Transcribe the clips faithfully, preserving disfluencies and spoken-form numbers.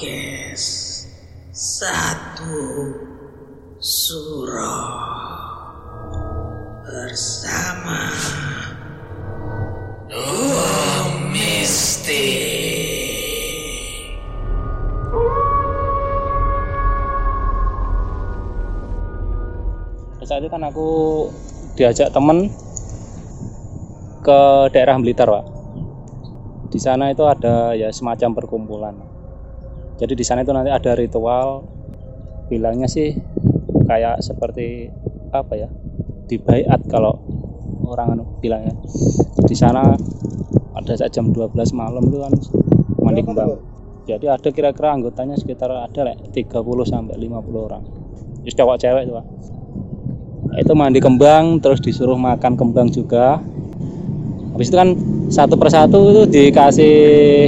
Podcast Satu Suro bersama Dua Mistik. Saat itu kan aku diajak temen ke daerah Blitar, Pak. Di sana itu ada ya semacam perkumpulan. Jadi di sana itu nanti ada ritual, bilangnya sih kayak seperti apa ya, dibaiat kalau orang anu bilangnya. Di sana ada saat jam dua belas malam itu kan mandi kembang. Jadi ada kira-kira anggotanya sekitar ada like, tiga puluh sampai lima puluh orang. Just cowok cewek itu, Pak. Itu mandi kembang, terus disuruh makan kembang juga. Habis itu kan satu persatu itu dikasih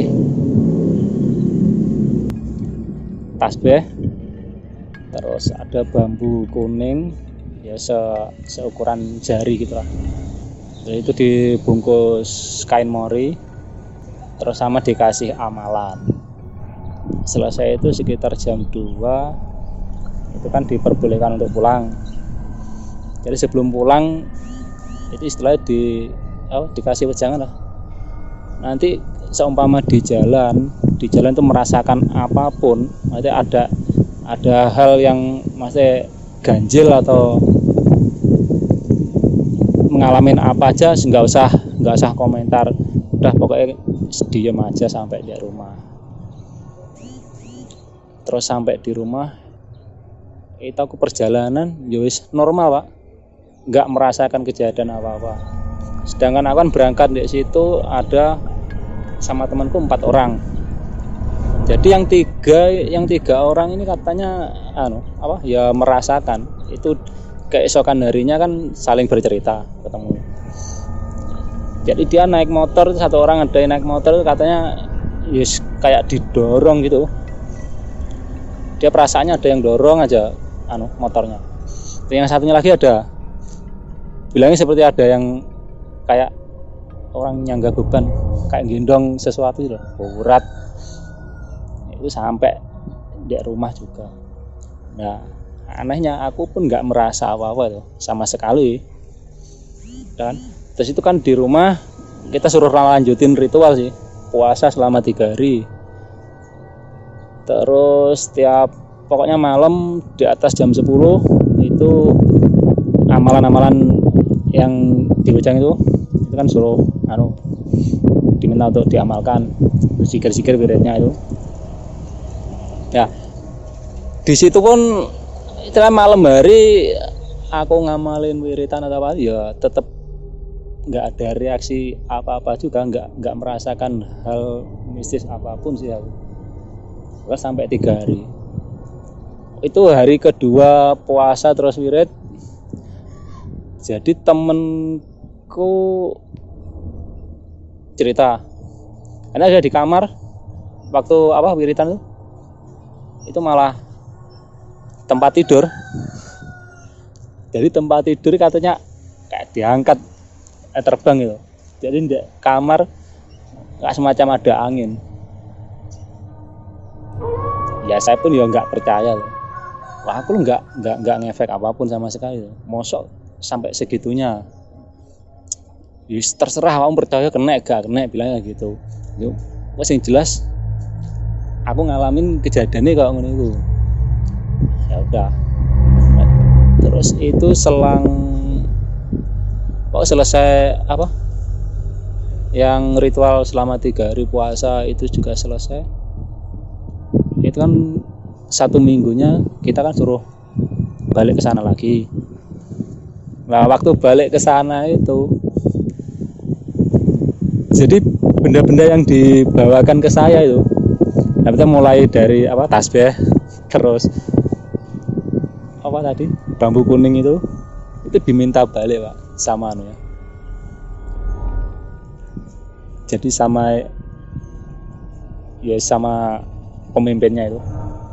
tasbih, terus ada bambu kuning ya se seukuran jari gitu lah. Jadi itu dibungkus kain mori, terus sama dikasih amalan. Selesai itu sekitar jam dua itu kan diperbolehkan untuk pulang. Jadi sebelum pulang itu istilahnya di oh, dikasih wejangan lah. Nanti seumpama di jalan, di jalan itu merasakan apapun, nanti ada ada hal yang masih ganjil atau mengalami apa aja, nggak usah nggak usah komentar, udah pokoknya diam aja sampai di rumah. Terus sampai di rumah, itu aku perjalanan, yowis normal, Pak. Nggak merasakan kejadian apa-apa. Sedangkan aku kan berangkat di situ ada sama temanku empat orang. Jadi yang tiga yang tiga orang ini katanya anu apa ya merasakan itu keesokan harinya kan saling bercerita ketemu. Jadi dia naik motor, satu orang ada yang naik motor katanya yes, kayak didorong gitu. Dia perasaannya ada yang dorong aja anu motornya. Yang satunya lagi ada bilangnya seperti ada yang kayak orang nyangga beban, kayak gendong sesuatu gitu, berat. Itu sampai di rumah juga. Nah, anehnya aku pun nggak merasa apa-apa tuh, sama sekali. Dan terus itu kan di rumah kita suruh lanjutin ritual sih, puasa selama tiga hari. Terus tiap pokoknya malam di atas jam sepuluh itu amalan-amalan yang diucang itu itu kan suruh anu diminta untuk diamalkan, zikir-zikir wiridnya itu ya. Di situ pun setelah malam hari aku ngamalin wiritan atau apa ya tetap nggak ada reaksi apa-apa juga, nggak nggak merasakan hal mistis apapun sih aku. Terus sampai tiga hari itu hari kedua puasa terus wirid. Jadi temenku cerita, karena ada di kamar waktu apa wiritan itu, itu malah tempat tidur. Jadi tempat tidur katanya kayak diangkat eh, terbang gitu. Jadi di kamar nggak semacam ada angin. Ya saya pun ya nggak percaya. Wah aku nggak nggak nggak ngefek apapun sama sekali. Mosok sampai segitunya. Yus terserah kamu percaya kena gak kena bilangnya gitu. Yo, wes yang jelas aku ngalamin kejadiannya kayak ngono itu. Ya udah. Terus itu selang kok selesai apa? Yang ritual selama tiga hari puasa itu juga selesai. Itu kan satu minggunya kita kan suruh balik ke sana lagi. Nah, waktu balik ke sana itu, jadi benda-benda yang dibawakan ke saya itu, nah, kita mulai dari apa tasbih, terus apa tadi bambu kuning itu, itu diminta balik, Pak, sama anu ya. Jadi sama ya sama pemimpinnya itu.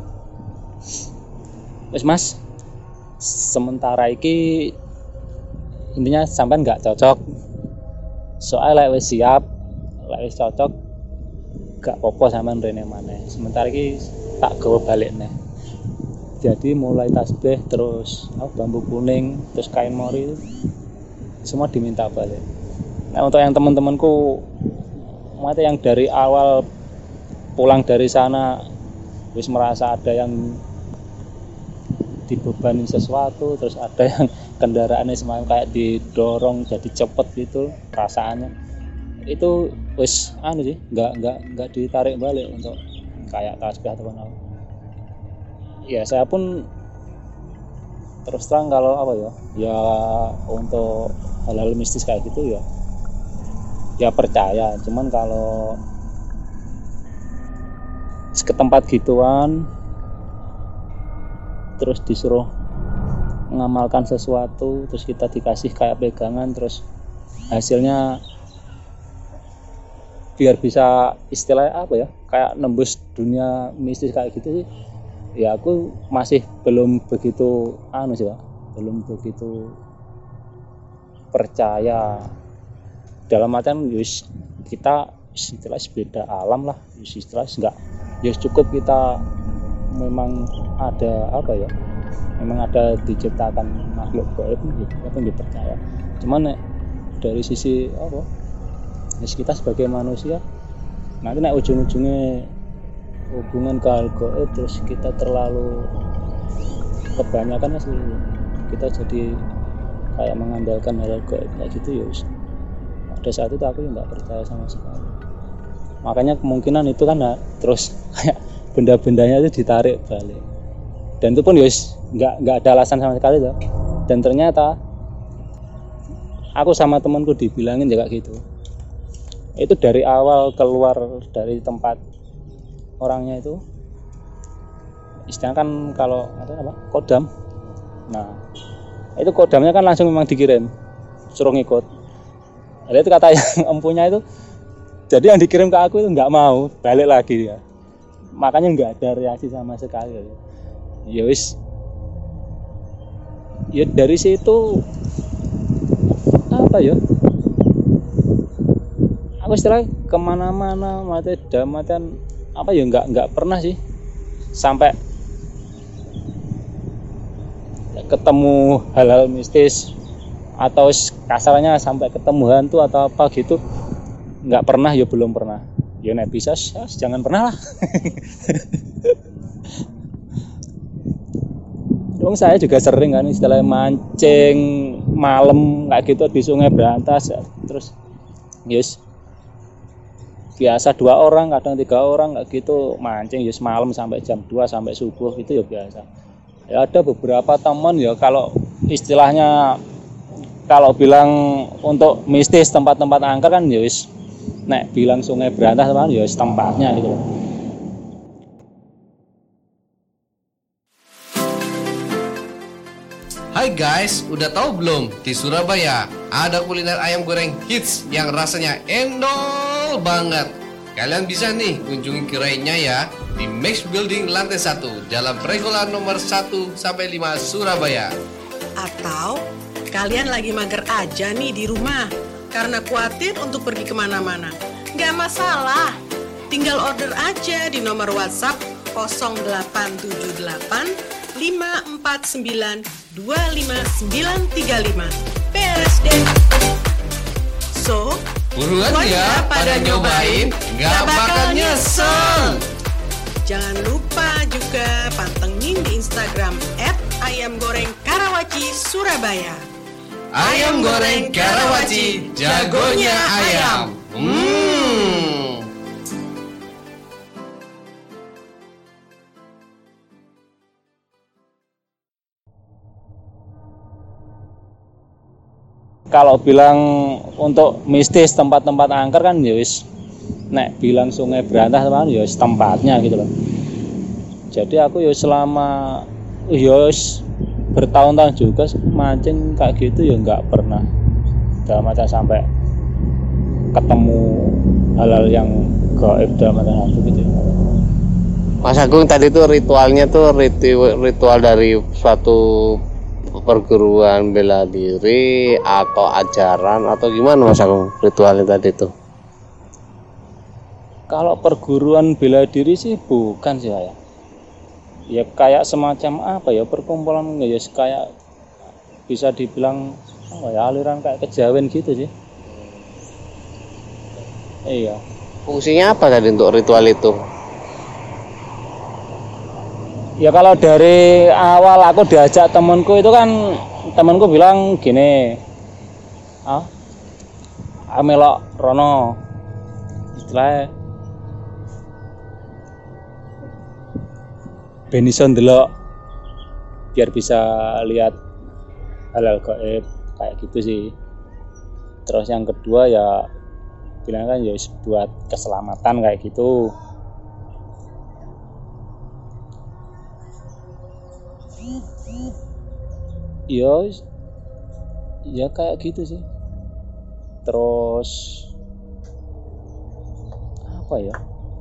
Wes Mas, sementara iki intinya sampean nggak cocok, soalnya lek wis siap, lek wis cocok gak apa-apa sampean rene maneh. Sementara iki tak gawa balik nih. Jadi mulai tasbih terus oh, bambu kuning terus kain mori itu semua diminta balik. Nah untuk yang teman-temanku mata yang dari awal pulang dari sana wis merasa ada yang dibebani sesuatu, terus ada yang kendaraannya semakin kayak didorong jadi cepet gitu perasaannya, itu wis anu sih nggak nggak nggak ditarik balik untuk kayak tasbih atau apa. Ya saya pun terus terang kalau apa ya ya untuk hal-hal mistis kayak gitu ya ya percaya, cuman kalau ke tempat gituan terus disuruh mengamalkan sesuatu, terus kita dikasih kayak pegangan, terus hasilnya biar bisa istilahnya apa ya kayak nembus dunia mistis kayak gitu sih, ya aku masih belum begitu anu sih Pak, belum begitu percaya dalam artian yus kita istilah beda alam lah, istilah enggak ya cukup kita memang ada apa ya memang ada diciptakan makhluk gaib itu dipercaya, cuman dari sisi apa ya kita sebagai manusia nanti nek ujung-ujungnya hubungan ke hal gaib terus kita terlalu kebanyakan sih kita jadi kayak mengandalkan hal gaib kayak gitu ya pada saat itu aku nggak percaya sama sekali. Makanya kemungkinan itu kan nah, terus kayak benda-bendanya itu ditarik balik, dan itu pun yus nggak nggak ada alasan sama sekali tuh. Dan ternyata aku sama temanku dibilangin juga gitu, itu dari awal keluar dari tempat orangnya itu istilahnya kan kalau ada apa kodam, nah itu kodamnya kan langsung memang dikirim suruh ngikut. Ada itu kata yang empunya itu, jadi yang dikirim ke aku itu nggak mau balik lagi ya, makanya nggak ada reaksi sama sekali. Ya wis, ya dari situ apa ya? Aku istilah kemana-mana mati damatan apa ya nggak nggak pernah sih sampai ketemu hal-hal mistis atau kasarnya sampai ketemu hantu atau apa gitu nggak pernah, ya belum pernah. Ya nek bisa jangan pernah lah. Dong saya juga sering kan istilahnya mancing malam kayak gitu di Sungai Brantas, terus yes biasa dua orang kadang tiga orang kayak gitu mancing yes malam sampai jam dua sampai subuh itu ya biasa. Ya ada beberapa teman ya kalau istilahnya kalau bilang untuk mistis tempat-tempat angker kan ya wis nek bilang Sungai Brantas kan ya tempatnya gitu. Hai guys, udah tahu belum? Di Surabaya ada kuliner ayam goreng hits yang rasanya endol banget. Kalian bisa nih kunjungi gerainya ya di Max Building lantai satu, Jalan Pregola nomor satu sampai lima Surabaya. Atau kalian lagi mager aja nih di rumah karena khawatir untuk pergi kemana-mana. Gak masalah, tinggal order aja di nomor WhatsApp nol delapan tujuh delapan lima empat sembilan dua lima sembilan tiga lima. Beres deh. So, buruan ya pada nyobain, gak bakal nyesel. Jangan lupa juga pantengin di Instagram et ayam goreng karawaci surabaya. Ayam goreng Karawaci, jagonya ayam. Hmm. Kalau bilang untuk mistis tempat-tempat angker kan ya wis nek bilang Sungai Brantas kan ya wis tempatnya gitu loh. Jadi aku ya selama ya bertahun-tahun juga mancing kayak gitu ya nggak pernah dalam macam sampai ketemu hal-hal yang gaib dalam macam itu gitu. Mas Agung tadi tuh ritualnya tuh ritual, ritual dari suatu perguruan bela diri atau ajaran atau gimana Mas Agung ritualnya tadi tuh? Kalau perguruan bela diri sih bukan sih ya. ya kayak semacam apa ya, perkumpulan ya kayak bisa dibilang apa ya, aliran kayak kejawen gitu sih. Iya. Fungsinya apa tadi untuk ritual itu? Ya kalau dari awal aku diajak temanku itu kan, temanku bilang gini, ah, amelok rono, istilahnya benison delok, biar bisa lihat hal-hal gaib kayak gitu sih. Terus yang kedua ya bilang kan ya buat keselamatan kayak gitu. Ya, ya kayak gitu sih. Terus apa ya?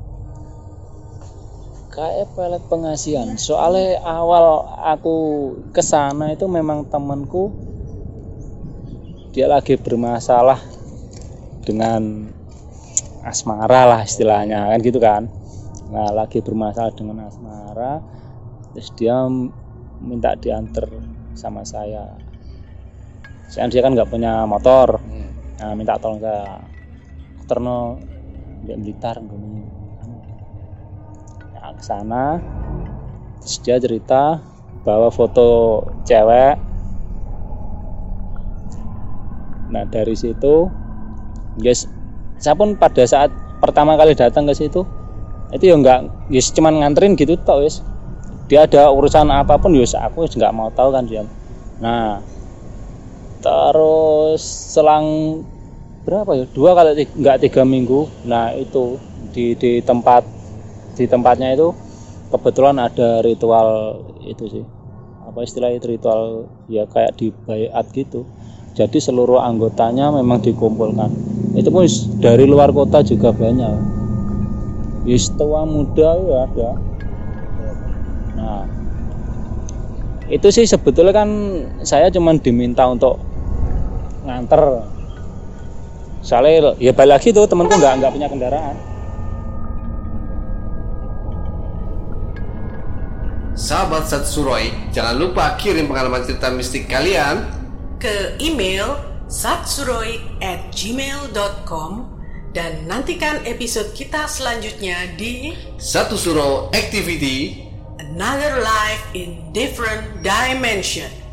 Kayak pelet pengasihan. Soalnya awal aku kesana itu memang temanku dia lagi bermasalah dengan asmara lah istilahnya kan gitu kan. Nah lagi bermasalah dengan asmara, terus dia minta diantar sama saya. Saya dia kan nggak punya motor, nah minta tolong saya terno di Blitar gini. Nah, ke sana, terus dia cerita bawa foto cewek. Nah dari situ, guys, saya pun pada saat pertama kali datang ke situ, itu ya nggak, guys, cuman nganterin gitu tau, guys. Dia ada urusan apapun ya aku nggak mau tahu kan dia. Nah terus selang berapa ya, dua kali nggak tiga minggu, nah itu di di tempat di tempatnya itu kebetulan ada ritual itu sih, apa istilahnya itu, ritual ya kayak di baiat gitu. Jadi seluruh anggotanya memang dikumpulkan, itu pun dari luar kota juga banyak, yes, tua muda ya ada. Nah, itu sih sebetulnya kan saya cuma diminta untuk nganter. Soalnya ya balik lagi tuh temanku nggak nggak punya kendaraan. Sahabat Satsuroi, jangan lupa kirim pengalaman cerita mistik kalian ke email satsuroi at gmail dot com dan nantikan episode kita selanjutnya di Satu Suro Activity, Another Life in Different Dimension.